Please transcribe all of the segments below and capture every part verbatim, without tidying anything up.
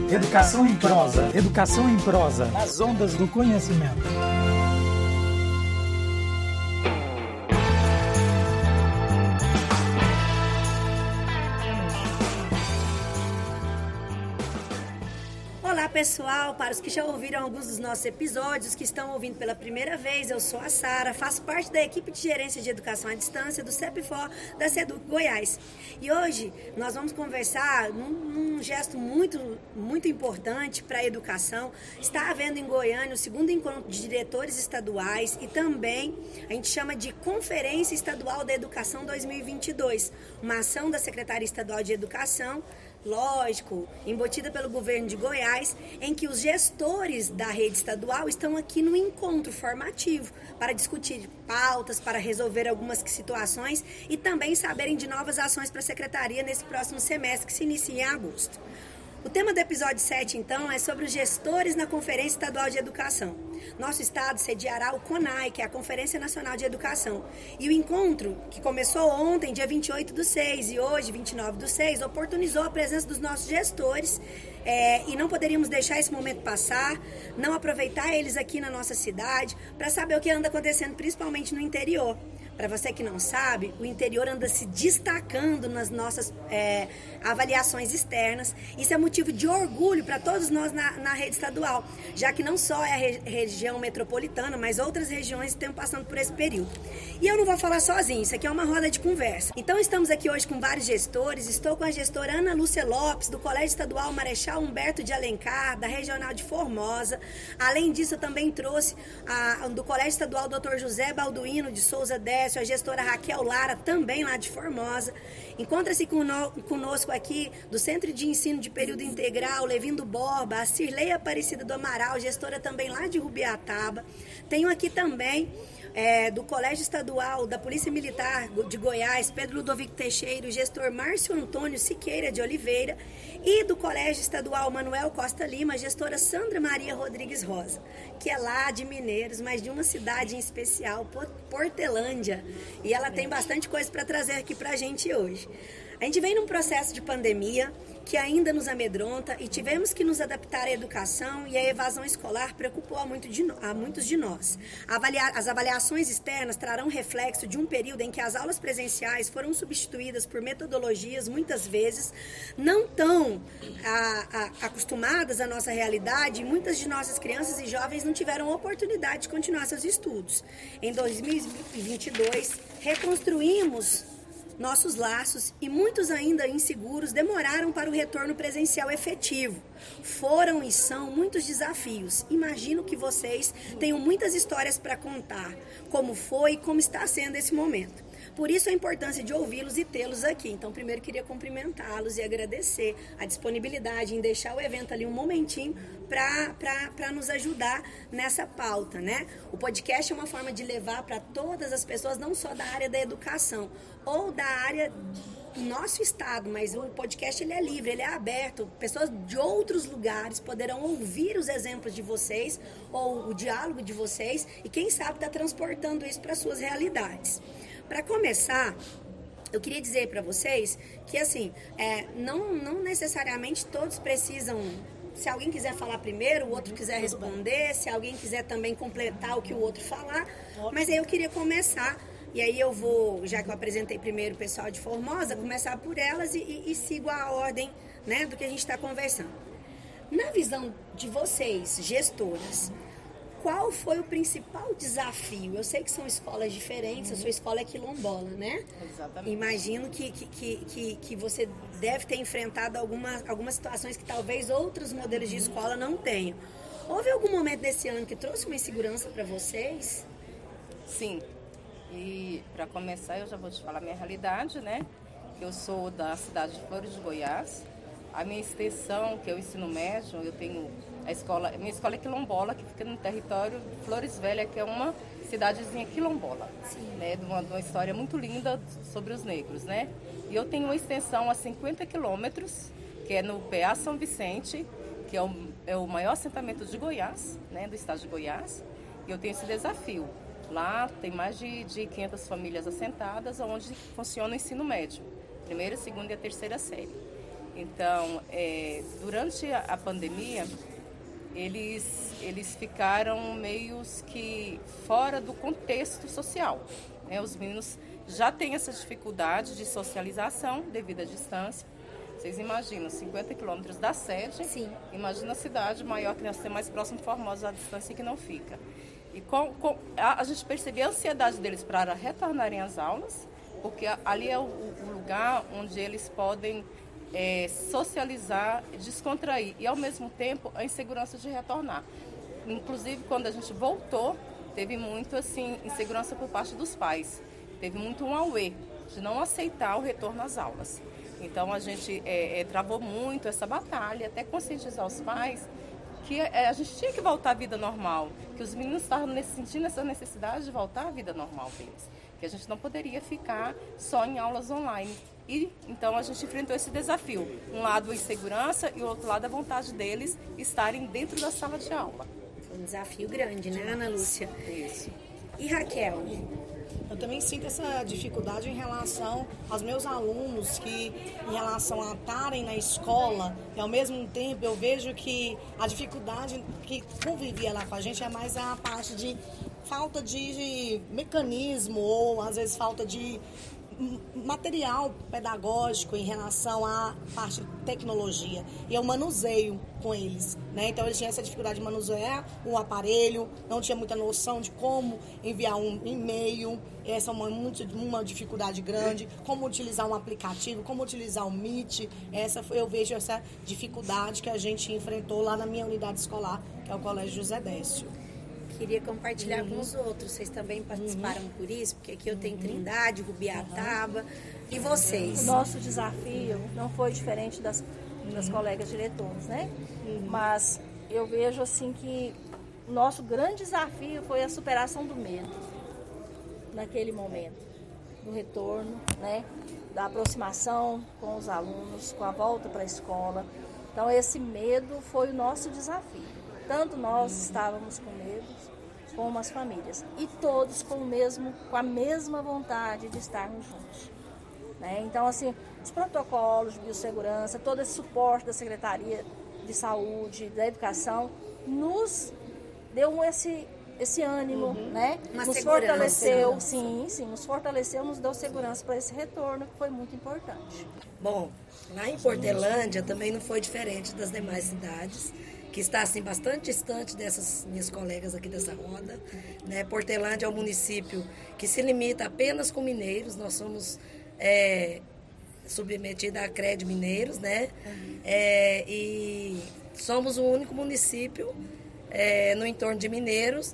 Educação em prosa. Educação em prosa. Nas ondas do conhecimento. Olá pessoal, para os que já ouviram alguns dos nossos episódios, que estão ouvindo pela primeira vez, eu sou a Sara, faço parte da equipe de gerência de educação à distância do CEPFOR da SEDUC Goiás. E hoje nós vamos conversar num, num gesto muito, muito importante para a educação. Está havendo em Goiânia o segundo encontro de diretores estaduais e também a gente chama de Conferência Estadual da Educação dois mil e vinte e dois, uma ação da Secretaria Estadual de Educação, lógico, embutida pelo governo de Goiás, em que os gestores da rede estadual estão aqui no encontro formativo para discutir pautas, para resolver algumas situações e também saberem de novas ações para a secretaria nesse próximo semestre que se inicia em agosto. O tema do episódio sete, então, é sobre os gestores na Conferência Estadual de Educação. Nosso estado sediará o CONAI, que é a Conferência Nacional de Educação. E o encontro, que começou ontem, dia vinte e oito do seis, e hoje, vinte e nove do seis, oportunizou a presença dos nossos gestores é, e não poderíamos deixar esse momento passar, não aproveitar eles aqui na nossa cidade, para saber o que anda acontecendo, principalmente no interior. Para você que não sabe, o interior anda se destacando nas nossas é, avaliações externas. Isso é motivo de orgulho para todos nós na, na rede estadual, já que não só é a re- região metropolitana, mas outras regiões estão passando por esse período. E eu não vou falar sozinho, isso aqui é uma roda de conversa. Então estamos aqui hoje com vários gestores, estou com a gestora Ana Lúcia Lopes, do Colégio Estadual Marechal Humberto de Alencar, da Regional de Formosa. Além disso, eu também trouxe a, do Colégio Estadual doutor José Balduino de Souza Décio, a gestora Raquel Lara, também lá de Formosa. Encontra-se conosco aqui do Centro de Ensino de Período Integral, Levindo Borba, a Cirlei Aparecida do Amaral, gestora também lá de Rubiataba. Tenho aqui também É, do Colégio Estadual da Polícia Militar de Goiás, Pedro Ludovico Teixeira, o gestor Márcio Antônio Siqueira de Oliveira, e do Colégio Estadual Manuel Costa Lima, a gestora Sandra Maria Rodrigues Rosa, que é lá de Mineiros, mas de uma cidade em especial, Portelândia, e ela tem bastante coisa para trazer aqui para a gente hoje. A gente vem num processo de pandemia que ainda nos amedronta e tivemos que nos adaptar à educação, e a evasão escolar preocupou a, muito de, a muitos de nós. Avalia, as avaliações externas trarão reflexo de um período em que as aulas presenciais foram substituídas por metodologias, muitas vezes, não tão a, a, acostumadas à nossa realidade, e muitas de nossas crianças e jovens não tiveram oportunidade de continuar seus estudos. Em dois mil e vinte e dois, reconstruímos nossos laços e muitos ainda inseguros demoraram para o retorno presencial efetivo. Foram e são muitos desafios. Imagino que vocês tenham muitas histórias para contar, como foi e como está sendo esse momento. Por isso a importância de ouvi-los e tê-los aqui. Então, primeiro queria cumprimentá-los e agradecer a disponibilidade em deixar o evento ali um momentinho para nos ajudar nessa pauta, né? O podcast é uma forma de levar para todas as pessoas, não só da área da educação ou da área do nosso estado, mas o podcast ele é livre, ele é aberto. Pessoas de outros lugares poderão ouvir os exemplos de vocês ou o diálogo de vocês e quem sabe está transportando isso para suas realidades. Para começar, eu queria dizer para vocês que, assim, é, não, não necessariamente todos precisam. Se alguém quiser falar primeiro, o outro quiser responder, se alguém quiser também completar o que o outro falar, mas aí eu queria começar, e aí eu vou, já que eu apresentei primeiro o pessoal de Formosa, começar por elas e, e, e sigo a ordem, né, do que a gente está conversando. Na visão de vocês, gestoras, qual foi o principal desafio? Eu sei que são escolas diferentes, a sua escola é quilombola, né? Exatamente. Imagino que, que, que, que você deve ter enfrentado alguma, algumas situações que talvez outros modelos de escola não tenham. Houve algum momento desse ano que trouxe uma insegurança para vocês? Sim. E para começar, eu já vou te falar a minha realidade, né? Eu sou da cidade de Flores de Goiás. A minha extensão, que é o ensino médio, eu tenho a escola, minha escola é quilombola, que fica no território de Flores Velha, que é uma cidadezinha quilombola, né, de uma, de uma história muito linda sobre os negros, né? E eu tenho uma extensão a cinquenta quilômetros, que é no P A São Vicente, que é o, é o maior assentamento de Goiás, né, do estado de Goiás, e eu tenho esse desafio. Lá tem mais de, de quinhentas famílias assentadas, onde funciona o ensino médio, primeira, segunda e a terceira série. Então, é, durante a pandemia, eles, eles ficaram meio que fora do contexto social, né? Os meninos já têm essa dificuldade de socialização devido à distância. Vocês imaginam, cinquenta quilômetros da sede, Sim. Imagina a cidade maior que nós temos mais próximo de Formosa, a distância que não fica. E com, com, a, a gente percebia a ansiedade deles para retornarem às aulas, porque ali é o, o lugar onde eles podem é, socializar, descontrair, e ao mesmo tempo a insegurança de retornar. Inclusive, quando a gente voltou, teve muito assim, insegurança por parte dos pais. Teve muito um auê de não aceitar o retorno às aulas. Então, a gente é, é, travou muito essa batalha, até conscientizar os pais que é, a gente tinha que voltar à vida normal, que os meninos estavam nesse, sentindo essa necessidade de voltar à vida normal deles, que a gente não poderia ficar só em aulas online. E, então, a gente enfrentou esse desafio. Um lado a insegurança e o outro lado a vontade deles estarem dentro da sala de aula. Foi um desafio grande, né, Ana Lúcia? Isso. E Raquel? Eu também sinto essa dificuldade em relação aos meus alunos, que em relação a estarem na escola, e ao mesmo tempo eu vejo que a dificuldade que convivia lá com a gente é mais a parte de falta de mecanismo ou às vezes falta de material pedagógico em relação à parte de tecnologia. E eu manuseio com eles, né? Então eles tinham essa dificuldade de manusear um aparelho, não tinha muita noção de como enviar um e-mail, essa é uma, uma dificuldade grande, como utilizar um aplicativo, como utilizar o Meet, essa, eu vejo essa dificuldade que a gente enfrentou lá na minha unidade escolar, que é o Colégio José Décio. Queria compartilhar Uhum. com os outros. Vocês também participaram Uhum. por isso? Porque aqui eu tenho Trindade, Rubiataba. Uhum. E vocês? O nosso desafio não foi diferente das, das Uhum. colegas diretoras, né? Uhum. Mas eu vejo assim que o nosso grande desafio foi a superação do medo naquele momento, do retorno, né? Da aproximação com os alunos, com a volta para a escola. Então esse medo foi o nosso desafio. Tanto nós uhum. estávamos com medo, como as famílias. E todos com, o mesmo, com a mesma vontade de estarmos juntos. Né? Então, assim, os protocolos de biossegurança, todo esse suporte da Secretaria de Saúde, da Educação, nos deu esse, esse ânimo, uhum. né? Uma nos segurança. fortaleceu, sim, sim, nos fortaleceu, nos deu segurança para esse retorno, que foi muito importante. Bom, lá em Portelândia também não foi diferente das demais cidades, que está assim bastante distante dessas minhas colegas aqui dessa roda, né? Portelândia é um município que se limita apenas com mineiros. Nós somos é, submetidos à C R E D Mineiros, né? É, e somos o único município é, no entorno de mineiros.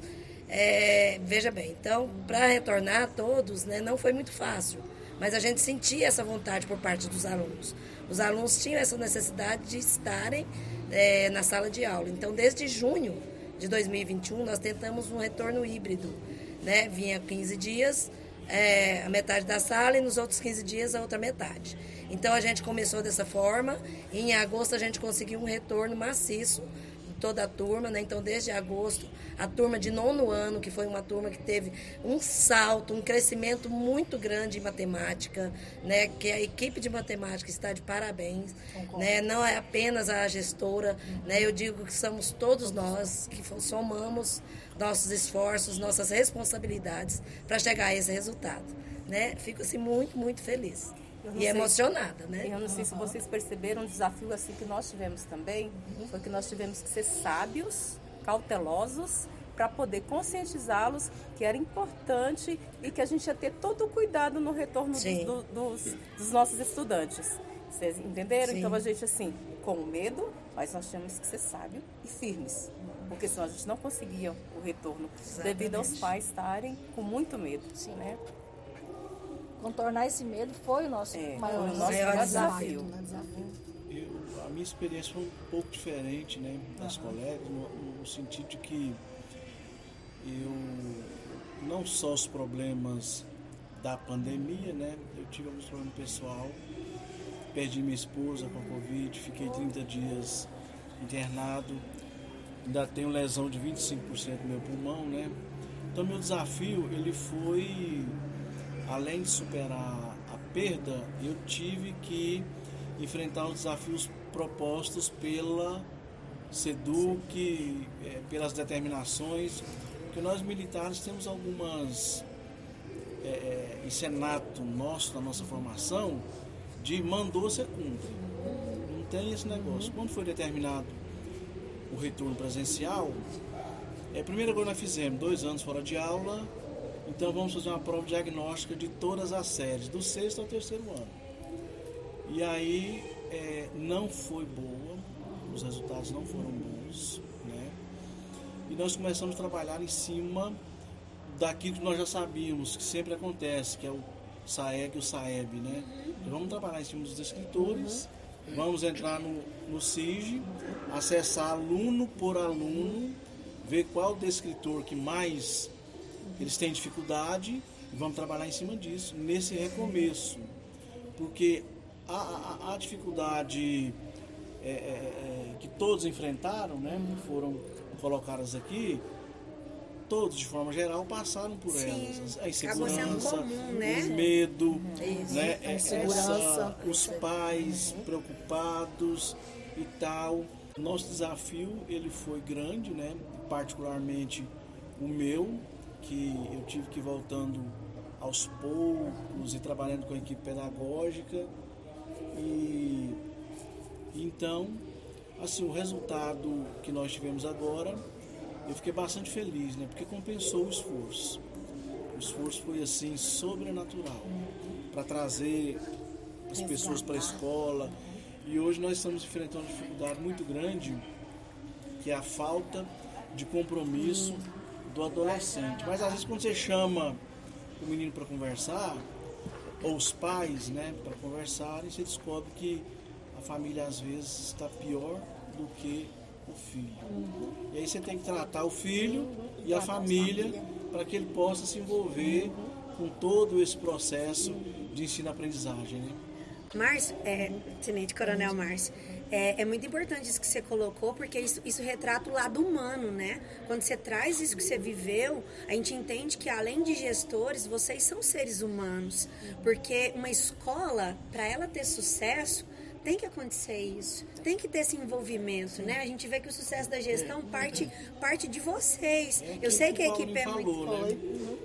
É, veja bem, então para retornar todos, né, não foi muito fácil, mas a gente sentia essa vontade por parte dos alunos. Os alunos tinham essa necessidade de estarem É, na sala de aula. Então, desde junho de dois mil e vinte e um, nós tentamos um retorno híbrido, né? Vinha quinze dias, é, a metade da sala, e nos outros quinze dias a outra metade. Então, a gente começou dessa forma, e em agosto a gente conseguiu um retorno maciço de toda a turma, né? Então, desde agosto, a turma de nono ano, que foi uma turma que teve um salto, um crescimento muito grande em matemática, né? Que a equipe de matemática está de parabéns, né? Não é apenas a gestora, uhum. né? Eu digo que somos todos nós que somamos nossos esforços, nossas responsabilidades para chegar a esse resultado, né? Fico assim muito, muito feliz. E sei, emocionada, né? Eu não sei uhum. se vocês perceberam, um desafio assim que nós tivemos também, uhum. foi que nós tivemos que ser sábios, cautelosos, para poder conscientizá-los que era importante e que a gente ia ter todo o cuidado no retorno dos, do, dos, dos nossos estudantes. Vocês entenderam? Sim. Então a gente, assim, com medo, mas nós tínhamos que ser sábios e firmes, porque senão a gente não conseguia o retorno, exatamente, devido aos pais estarem com muito medo. Sim. Né? Contornar esse medo foi o nosso é, maior, o nosso maior desafio. desafio. Eu, a minha experiência foi um pouco diferente, né, das uhum. colegas, no, no sentido de que eu, não só os problemas da pandemia, né, eu tive alguns problemas pessoal, perdi minha esposa com a Covid, fiquei trinta dias internado, ainda tenho lesão de vinte e cinco por cento no meu pulmão, né, então meu desafio, ele foi, além de superar a perda, eu tive que enfrentar os desafios propostos pela SEDUC, é, pelas determinações, porque nós militares temos algumas, é, é, isso é nato nosso, da nossa formação, de mandou, você cumpre. Não tem esse negócio. Quando foi determinado o retorno presencial, é, primeiro agora nós fizemos dois anos fora de aula, então vamos fazer uma prova diagnóstica de todas as séries, do sexto ao terceiro ano. E aí é, não foi boa, os resultados não foram bons, né? E nós começamos a trabalhar em cima daquilo que nós já sabíamos, que sempre acontece, que é o SAEG e o SAEB, né? Então, vamos trabalhar em cima dos escritores, uhum. vamos entrar no, no S I G, acessar aluno por aluno, ver qual o descritor que mais eles têm dificuldade e vamos trabalhar em cima disso, nesse recomeço. Porque a, a, a dificuldade é, é, que todos enfrentaram, né, que foram colocadas aqui, todos, de forma geral, passaram por Sim, elas. A insegurança, comum, né? o medo, Isso, né? a Essa, os pais uhum. preocupados e tal. Nosso desafio, ele foi grande, né? Particularmente o meu, que eu tive que ir voltando aos poucos e trabalhando com a equipe pedagógica. E então, assim, o resultado que nós tivemos agora, eu fiquei bastante feliz, né? Porque compensou o esforço. O esforço foi, assim, sobrenatural para trazer as pessoas para a escola. E hoje nós estamos enfrentando uma dificuldade muito grande, que é a falta de compromisso do adolescente. Mas, às vezes, quando você chama o menino para conversar, ou os pais, né, para conversarem, você descobre que a família, às vezes, está pior do que o filho. Uhum. E aí você tem que tratar o filho uhum. e a família para que ele possa se envolver uhum. com todo esse processo uhum. de ensino-aprendizagem, né? Márcio, é, Tenente Coronel Márcio, é, é muito importante isso que você colocou, porque isso, isso retrata o lado humano, né? Quando você traz isso que você viveu, a gente entende que, além de gestores, vocês são seres humanos. Porque uma escola, para ela ter sucesso, tem que acontecer isso, tem que ter esse envolvimento, né? A gente vê que o sucesso da gestão parte, parte de vocês. É Eu sei que a o equipe é muito... Falou, né?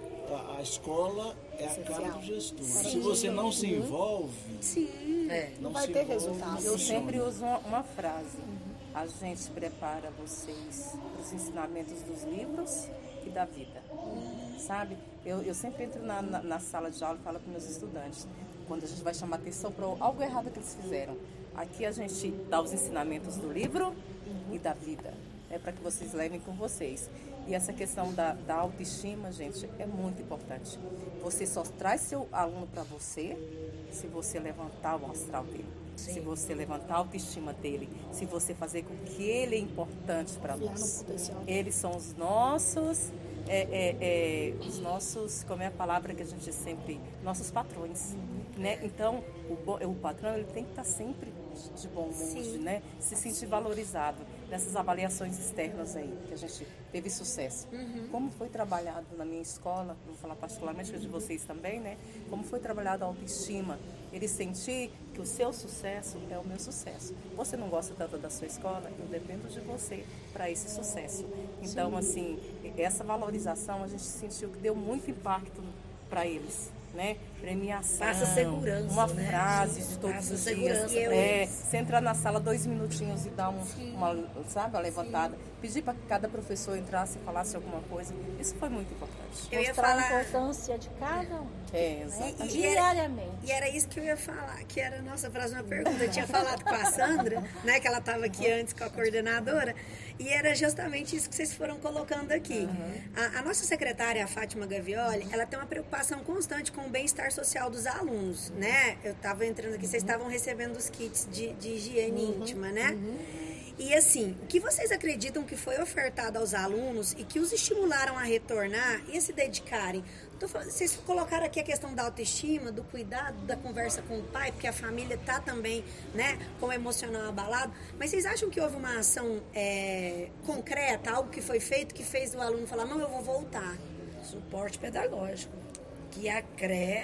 a, a escola é a cara do gestor. Sim. Se você não se envolve, Sim. É, não, não vai se ter envolve, resultado. Eu sempre uso uma, uma frase. A gente prepara vocês para os ensinamentos dos livros e da vida. Sabe? Eu, eu sempre entro na, na, na sala de aula e falo para meus estudantes, quando a gente vai chamar atenção para algo errado que eles fizeram. Aqui a gente dá os ensinamentos do livro uhum. e da vida, é para que vocês levem com vocês. E essa questão da, da autoestima, gente, é muito importante. Você só traz seu aluno para você se você levantar o astral dele, Sim. se você levantar a autoestima dele, se você fazer com que ele é importante para nós. Eles são os nossos... É, é, é, os nossos, como é a palavra que a gente sempre, nossos patrões, uhum. né? Então, o, o patrão, ele tem que estar sempre de bom humor, né? Se sentir valorizado nessas avaliações externas aí, que a gente teve sucesso. Uhum. Como foi trabalhado na minha escola, vou falar particularmente de vocês também, né? Como foi trabalhado a autoestima, ele sentir que o seu sucesso é o meu sucesso. Você não gosta tanto da sua escola, eu dependo de você para esse sucesso. Então, Sim. assim, essa valorização a gente sentiu que deu muito impacto para eles, né? Premiação, passa segurança, uma né? frase de todos passa os segurança. dias. É, você entrar na sala dois minutinhos e dar um, uma, sabe, uma levantada. Sim. Pedir para que cada professor entrasse e falasse alguma coisa. Isso foi muito importante. Eu ia Mostrar falar a importância de cada um. É, exatamente. E, e diariamente. Era, e era isso que eu ia falar, que era a nossa próxima pergunta. Eu tinha falado com a Sandra, né, que ela estava aqui antes com a coordenadora, e era justamente isso que vocês foram colocando aqui. Uhum. A, a nossa secretária, a Fátima Gavioli, ela tem uma preocupação constante com o bem-estar social dos alunos, né? Eu estava entrando aqui, vocês estavam recebendo os kits de, de higiene uhum. íntima, né? Uhum. E assim, o que vocês acreditam que foi ofertado aos alunos e que os estimularam a retornar e a se dedicarem? Tô falando, vocês colocaram aqui a questão da autoestima, do cuidado, da conversa com o pai, porque a família está também, né, com o emocional abalado. Mas vocês acham que houve uma ação é, concreta, algo que foi feito, que fez o aluno falar, não, eu vou voltar? Suporte pedagógico, que a C R E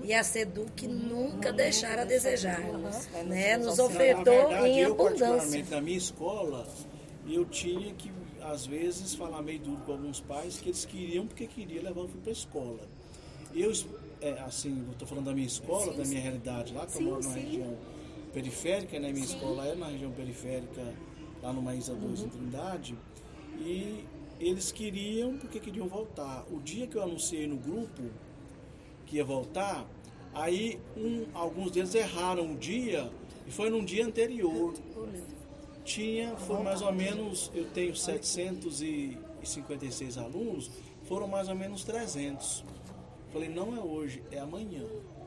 E a SEDUC nunca uhum. deixaram a desejar. Uhum. Né? Nos Na ofertou verdade, em eu, abundância. particularmente, na minha escola, eu tinha que, às vezes, falar meio duro com alguns pais que eles queriam porque queriam levar o filho para a escola. Eu, é, assim, eu estou falando da minha escola, sim, da minha sim. realidade lá, que sim, eu moro numa região periférica, né? Minha sim. escola é na região periférica, lá no Maísa dois, uhum. em Trindade, e eles queriam porque queriam voltar. O dia que eu anunciei no grupo que ia voltar, aí um, alguns deles erraram o dia e foi num dia anterior. Tinha, foi mais ou menos, eu tenho setecentos e cinquenta e seis alunos, foram mais ou menos trezentos. Falei, não é hoje, é amanhã.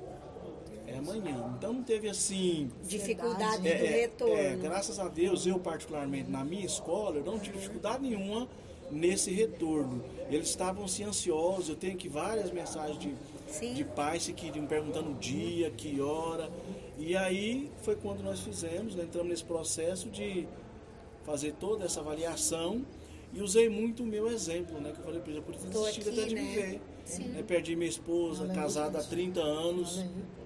É amanhã. Então não teve assim... dificuldade é, do retorno. É, é, graças a Deus, eu particularmente, na minha escola, eu não tive dificuldade nenhuma nesse retorno. Eles estavam assim ansiosos, eu tenho aqui várias mensagens de, de pais que queriam perguntando o dia, que hora. E aí foi quando nós fizemos, né, entramos nesse processo de fazer toda essa avaliação e usei muito o meu exemplo, né, que eu falei, por exemplo, por ter desistido até de viver. Né, perdi minha esposa, casada há trinta anos,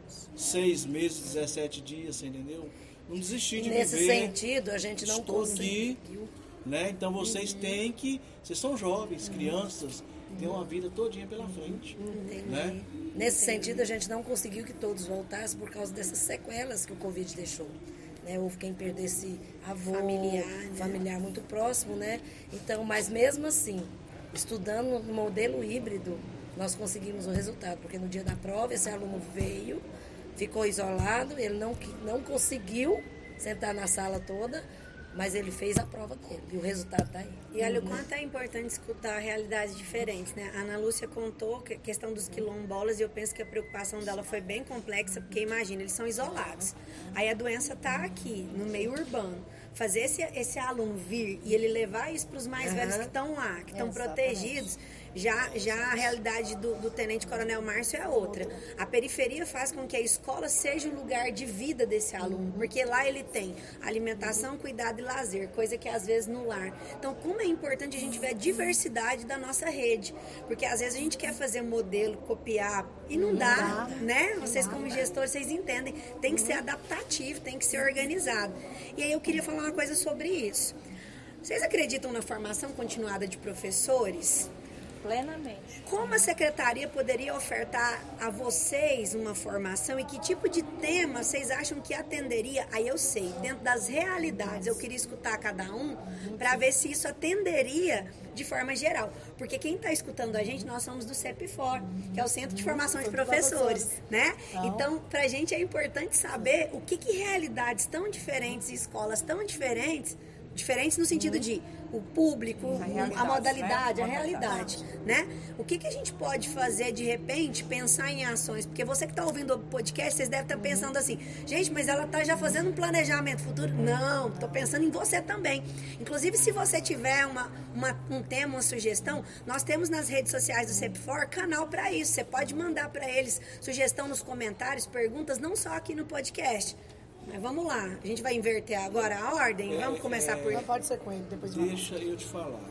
seis meses, dezessete dias, você entendeu? Não desisti de Nesse viver. Nesse sentido, a gente não Estou conseguiu. Aqui, né? Então vocês uhum. têm que, vocês são jovens, uhum. crianças, uhum. têm uma vida todinha pela frente. Entendi. Né? Nesse Entendi. sentido, a gente não conseguiu que todos voltassem por causa dessas sequelas que o Covid deixou. Né? Houve quem perdesse avô, familiar, né? familiar muito próximo, né? Então, mas mesmo assim, estudando no modelo híbrido, nós conseguimos o resultado, porque no dia da prova esse aluno veio, ficou isolado, ele não, não conseguiu sentar na sala toda, mas ele fez a prova dele e o resultado está aí. E olha o quanto é importante escutar realidades diferentes, né? A Ana Lúcia contou que a questão dos quilombolas e eu penso que a preocupação dela foi bem complexa, porque imagina, eles são isolados. Aí a doença está aqui, no meio urbano. Fazer esse, esse aluno vir e ele levar isso para os mais uhum. velhos que estão lá, que estão protegidos, já, já a realidade do, do Tenente Coronel Márcio é outra. A periferia faz com que a escola seja o lugar de vida desse aluno, porque lá ele tem alimentação, cuidado e lazer, coisa que às vezes no lar. Então, como é importante a gente ver a diversidade da nossa rede, porque às vezes a gente quer fazer modelo, copiar, e não dá, né? Vocês como gestores, vocês entendem, tem que ser adaptativo, tem que ser organizado. E aí eu queria falar uma coisa sobre isso. Vocês acreditam na formação continuada de professores? Plenamente. Como a secretaria poderia ofertar a vocês uma formação e que tipo de tema vocês acham que atenderia? Aí eu sei, dentro das realidades, eu queria escutar cada um para ver se isso atenderia de forma geral. Porque quem está escutando a gente, nós somos do CEPFOR, que é o Centro de Formação de Professores, né? Então, para a gente é importante saber o que, que realidades tão diferentes e escolas tão diferentes, diferentes no sentido de o público, a, a modalidade, né? a realidade, né? O que, que a gente pode fazer, de repente, pensar em ações? Porque você que está ouvindo o podcast, vocês devem estar tá pensando assim, gente, mas ela está já fazendo um planejamento futuro? Não, estou pensando em você também. Inclusive, se você tiver uma, uma, um tema, uma sugestão, nós temos nas redes sociais do CEPFOR canal para isso. Você pode mandar para eles sugestão nos comentários, perguntas, não só aqui no podcast. Mas vamos lá, a gente vai inverter agora a ordem? É, vamos começar é, por... Não pode ser com ele, depois de Deixa eu te falar.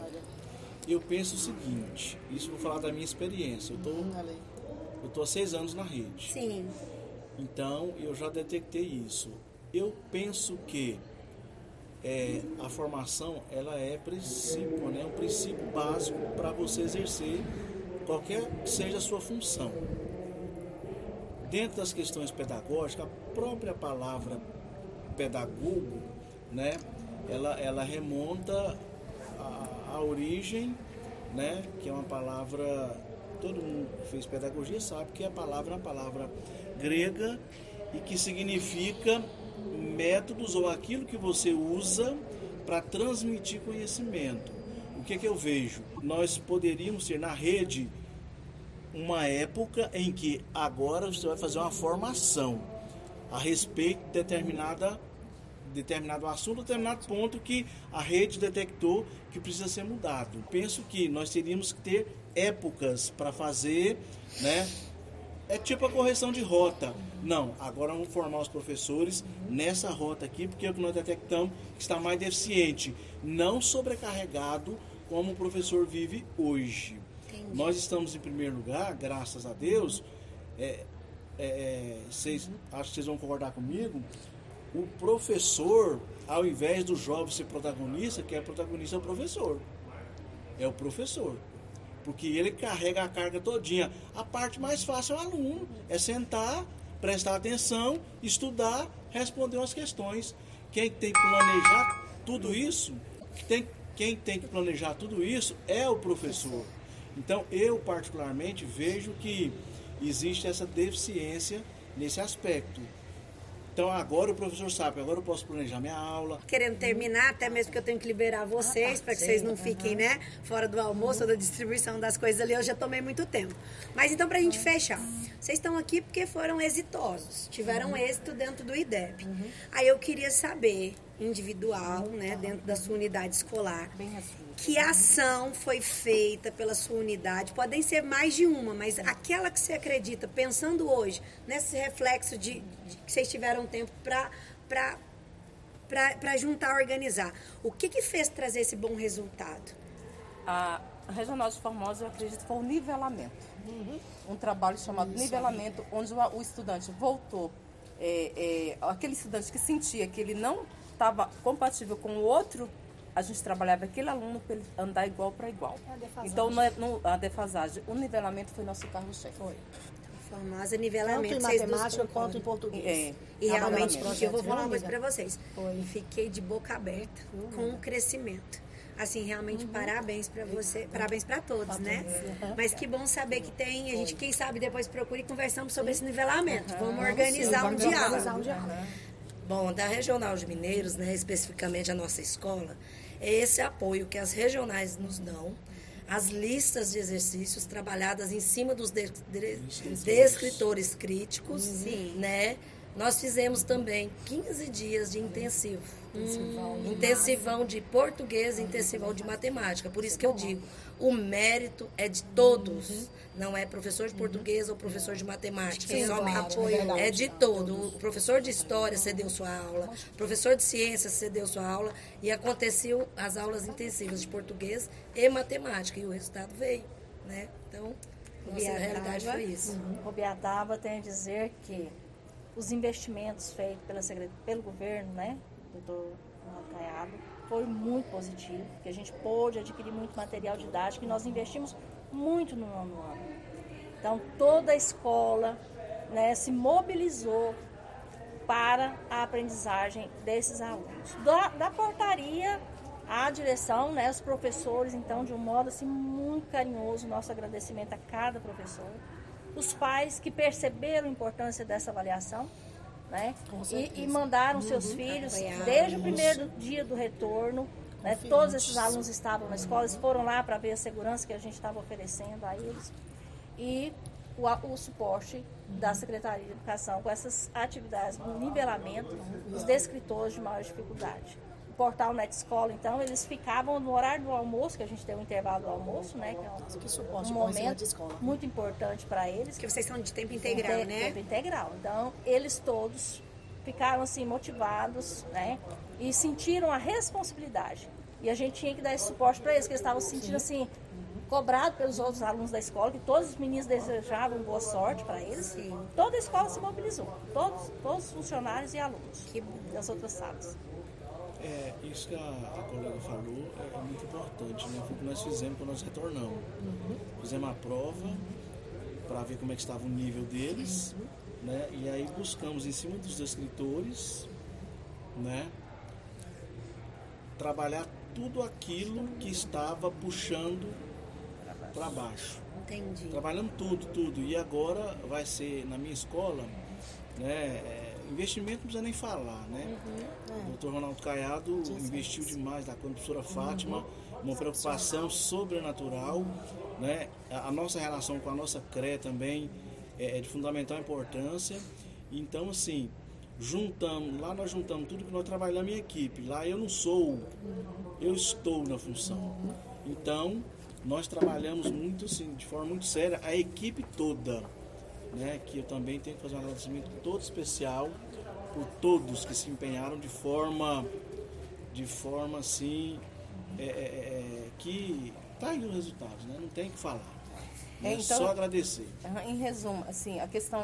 Eu penso o seguinte, isso vou falar da minha experiência. Eu tô, eu tô há seis anos na rede. Sim. Então, eu já detectei isso. Eu penso que é, a formação, ela é princípio, né? Um princípio básico para você exercer qualquer que seja a sua função. Dentro das questões pedagógicas, a própria palavra pedagogo, né, ela, ela remonta à, à origem, né, que é uma palavra, todo mundo que fez pedagogia sabe que a palavra é uma palavra grega e que significa métodos ou aquilo que você usa para transmitir conhecimento. O que é que eu vejo? Nós poderíamos ter na rede uma época em que agora você vai fazer uma formação a respeito de determinada, determinado assunto, determinado ponto que a rede detectou que precisa ser mudado. Penso que nós teríamos que ter épocas para fazer, né? É tipo a correção de rota. Não, agora vamos formar os professores nessa rota aqui, porque é o que nós detectamos que está mais deficiente, não sobrecarregado como o professor vive hoje. Nós estamos em primeiro lugar, graças a Deus, é, é, vocês, acho que vocês vão concordar comigo, o professor, ao invés do jovem ser protagonista, quem é protagonista é o professor. É o professor. Porque ele carrega a carga todinha. A parte mais fácil é o aluno. É sentar, prestar atenção, estudar, responder umas questões. Quem tem que planejar tudo isso, tem, quem tem que planejar tudo isso é o professor. Então, eu particularmente vejo que existe essa deficiência nesse aspecto. Então agora o professor sabe, agora eu posso planejar minha aula. Querendo terminar, até mesmo porque eu tenho que liberar vocês, ah, tá, para que sim, vocês não fiquem, uhum. né, fora do almoço ou da distribuição das coisas ali, eu já tomei muito tempo. Mas então, pra gente fechar, vocês estão aqui porque foram exitosos, tiveram uhum. êxito dentro do I D E P. Uhum. Aí eu queria saber, individual, né, dentro da sua unidade escolar, que ação foi feita pela sua unidade, podem ser mais de uma, mas aquela que você acredita, pensando hoje, nesse reflexo de, de que vocês tiveram tempo para juntar, organizar, o que que fez trazer esse bom resultado? A Regional de Formosa, eu acredito, foi um nivelamento. Uhum. Um trabalho chamado Isso. nivelamento, onde o, o estudante voltou, é, é, aquele estudante que sentia que ele não estava compatível com o outro, a gente trabalhava aquele aluno para ele andar igual para igual. A então, no, no, a defasagem, o nivelamento foi nosso carro-chefe. Foi. Formosa nivelamento. Tanto em matemática quanto em português. É, e realmente, eu vou falar uma coisa para vocês. Foi. Fiquei de boca aberta uhum. com o crescimento. Assim, realmente, uhum. parabéns para você, parabéns para todos, pra né? Todos. Uhum. Mas que bom saber que tem, a gente, quem sabe, depois procura e conversamos sobre esse nivelamento. Uhum. Vamos organizar Sim, um diálogo. Um diálogo. Bom, da Regional de Mineiros, né, especificamente a nossa escola, é esse apoio que as regionais nos dão, as listas de exercícios trabalhadas em cima dos de, de, descritores críticos, Sim. né? Nós fizemos também quinze dias de intensivo. Intensivão, hum, intensivão de português e intensivão de matemática. Por isso que eu digo, o mérito é de todos. Uhum. Não é professor de português ou professor de matemática. Sim, somente. Claro, é, é de todo. O professor de história cedeu sua aula, o professor de ciências cedeu sua aula e aconteceu as aulas intensivas de português e matemática. E o resultado veio, né? Então, nossa realidade foi isso. Uhum. O Biataba tem a dizer que os investimentos feitos pela, pelo governo, né, doutor Caiado, foi muito positivo, que a gente pôde adquirir muito material didático e nós investimos muito no nono ano. Então, toda a escola, né, se mobilizou para a aprendizagem desses alunos. Da, da portaria à direção, né, os professores, então, de um modo assim, muito carinhoso, nosso agradecimento a cada professor. Os pais que perceberam a importância dessa avaliação, né? E, e mandaram uhum. seus filhos desde o primeiro dia do retorno, né? Todos esses alunos estavam na escola, eles foram lá para ver a segurança que a gente estava oferecendo a eles e o, o suporte da Secretaria de Educação com essas atividades no nivelamento dos descritores de maior dificuldade. Portal Net Escola, então, eles ficavam no horário do almoço, que a gente tem um intervalo do almoço, né? Que é um, que suporte, um momento muito importante para eles. Porque vocês são de tempo integral, de, né? Tempo integral. Então, eles todos ficaram, assim, motivados, né? E sentiram a responsabilidade. E a gente tinha que dar esse suporte para eles, que eles estavam se sentindo, assim, cobrado pelos outros alunos da escola, que todos os meninos desejavam boa sorte para eles. Sim. Toda a escola se mobilizou. Todos, todos os funcionários e alunos que, das outras salas. É, isso que a, a colega falou é, é muito importante, né? Foi o que nós fizemos quando nós retornamos. Uhum. Fizemos a prova para ver como é que estava o nível deles, uhum. né? E aí buscamos em cima dos descritores, né? Trabalhar tudo aquilo que estava puxando para baixo. Entendi. Trabalhando tudo, tudo. E agora vai ser na minha escola, né? É, investimento não precisa nem falar, né? Uhum. É. O doutor Ronaldo Caiado Já investiu sei. demais, da professora Fátima, uhum. uma preocupação sobrenatural, né? A, a nossa relação com a nossa C R E também é, é de fundamental importância. Então, assim, juntamos, lá nós juntamos tudo que nós trabalhamos em equipe. Lá eu não sou, eu estou na função. Então, nós trabalhamos muito, assim, de forma muito séria, a equipe toda. Né, que eu também tenho que fazer um agradecimento todo especial por todos que se empenharam de forma de forma assim é, é, que tá aí os resultados, né? Não tem o que falar, é, então, só agradecer. Em resumo, assim, a questão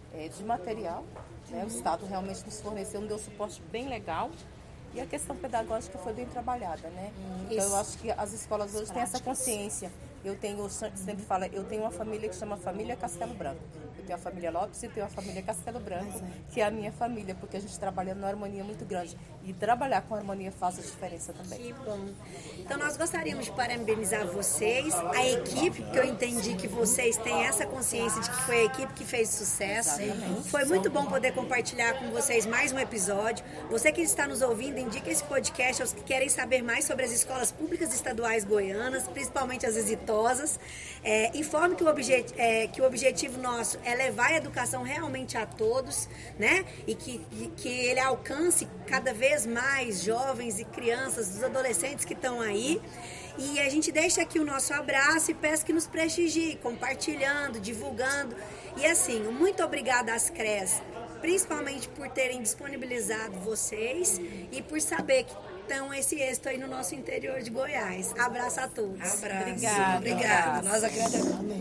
é, de material, né? O Estado realmente nos forneceu, nos deu um suporte bem legal. E a questão pedagógica foi bem trabalhada, né? Então, eu acho que as escolas hoje têm essa consciência. Eu tenho, eu sempre falo, eu tenho uma família que chama Família Castelo Branco. Eu tenho a família Lopes e tenho a família Castelo Branco, que é a minha família, porque a gente trabalha numa harmonia muito grande. E trabalhar com harmonia faz a diferença também. Que bom. Então, nós gostaríamos de parabenizar vocês, a equipe, porque eu entendi que vocês têm essa consciência de que foi a equipe que fez sucesso. Exatamente. Foi muito bom poder compartilhar com vocês mais um episódio. Você que está nos ouvindo, indique esse podcast aos que querem saber mais sobre as escolas públicas estaduais goianas, principalmente as exitosas. É, informe que o, objet, é, que o objetivo nosso é levar a educação realmente a todos, né? E que, e que ele alcance cada vez mais jovens e crianças, os adolescentes que estão aí. E a gente deixa aqui o nosso abraço e peço que nos prestigie, compartilhando, divulgando. E assim, muito obrigada às C R E S, principalmente por terem disponibilizado vocês e por saber que estão esse êxito aí no nosso interior de Goiás. Abraço a todos. Abraço. Obrigada. Obrigada. Nós agradecemos.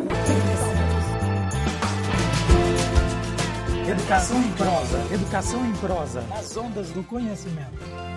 Educação em prosa. Educação em prosa. Nas ondas do conhecimento.